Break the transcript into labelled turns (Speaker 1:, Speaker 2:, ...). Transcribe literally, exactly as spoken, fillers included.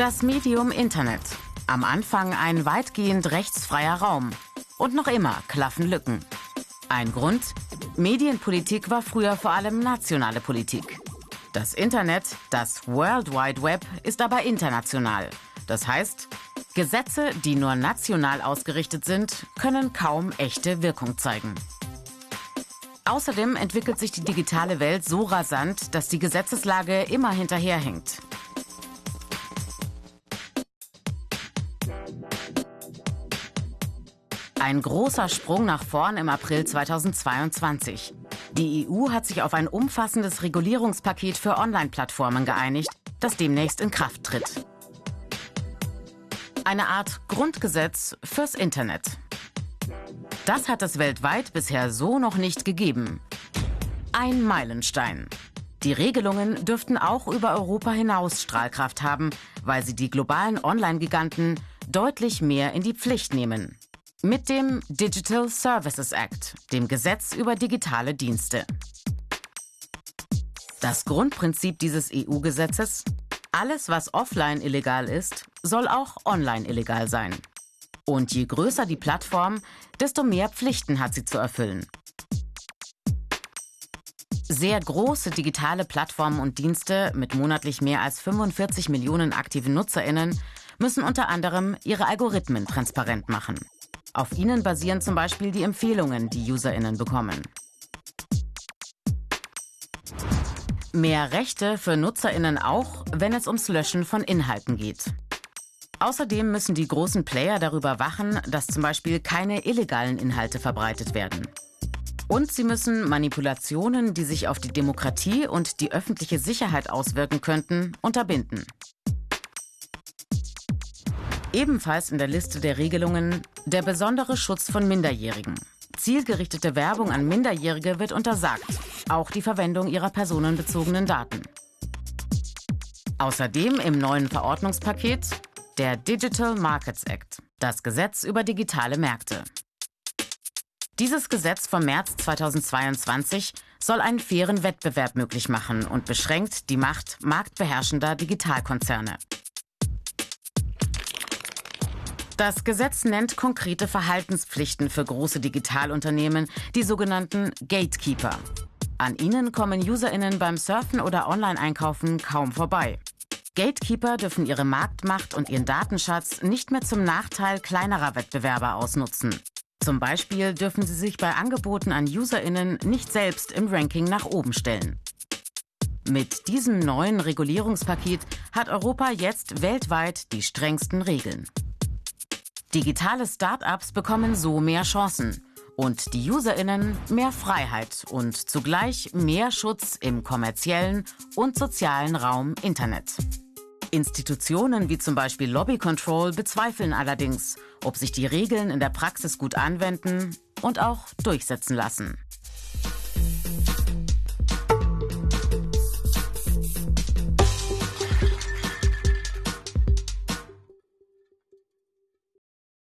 Speaker 1: Das Medium Internet. Am Anfang ein weitgehend rechtsfreier Raum. Und noch immer klaffen Lücken. Ein Grund? Medienpolitik war früher vor allem nationale Politik. Das Internet, das World Wide Web, ist aber international. Das heißt, Gesetze, die nur national ausgerichtet sind, können kaum echte Wirkung zeigen. Außerdem entwickelt sich die digitale Welt so rasant, dass die Gesetzeslage immer hinterherhinkt. Ein großer Sprung nach vorn im April zweitausendzweiundzwanzig. Die E U hat sich auf ein umfassendes Regulierungspaket für Online-Plattformen geeinigt, das demnächst in Kraft tritt. Eine Art Grundgesetz fürs Internet. Das hat es weltweit bisher so noch nicht gegeben. Ein Meilenstein. Die Regelungen dürften auch über Europa hinaus Strahlkraft haben, weil sie die globalen Online-Giganten deutlich mehr in die Pflicht nehmen. Mit dem Digital Services Act, dem Gesetz über digitale Dienste. Das Grundprinzip dieses E U-Gesetzes: Alles, was offline illegal ist, soll auch online illegal sein. Und je größer die Plattform, desto mehr Pflichten hat sie zu erfüllen. Sehr große digitale Plattformen und Dienste mit monatlich mehr als fünfundvierzig Millionen aktiven NutzerInnen müssen unter anderem ihre Algorithmen transparent machen. Auf ihnen basieren zum Beispiel die Empfehlungen, die UserInnen bekommen. Mehr Rechte für NutzerInnen auch, wenn es ums Löschen von Inhalten geht. Außerdem müssen die großen Player darüber wachen, dass zum Beispiel keine illegalen Inhalte verbreitet werden. Und sie müssen Manipulationen, die sich auf die Demokratie und die öffentliche Sicherheit auswirken könnten, unterbinden. Ebenfalls in der Liste der Regelungen der besondere Schutz von Minderjährigen. Zielgerichtete Werbung an Minderjährige wird untersagt, auch die Verwendung ihrer personenbezogenen Daten. Außerdem im neuen Verordnungspaket der Digital Markets Act, das Gesetz über digitale Märkte. Dieses Gesetz vom März zweitausendzweiundzwanzig soll einen fairen Wettbewerb möglich machen und beschränkt die Macht marktbeherrschender Digitalkonzerne. Das Gesetz nennt konkrete Verhaltenspflichten für große Digitalunternehmen, die sogenannten Gatekeeper. An ihnen kommen UserInnen beim Surfen oder Online-Einkaufen kaum vorbei. Gatekeeper dürfen ihre Marktmacht und ihren Datenschatz nicht mehr zum Nachteil kleinerer Wettbewerber ausnutzen. Zum Beispiel dürfen sie sich bei Angeboten an UserInnen nicht selbst im Ranking nach oben stellen. Mit diesem neuen Regulierungspaket hat Europa jetzt weltweit die strengsten Regeln. Digitale Start-ups bekommen so mehr Chancen und die UserInnen mehr Freiheit und zugleich mehr Schutz im kommerziellen und sozialen Raum Internet. Institutionen wie zum Beispiel Lobby Control bezweifeln allerdings, ob sich die Regeln in der Praxis gut anwenden und auch durchsetzen lassen.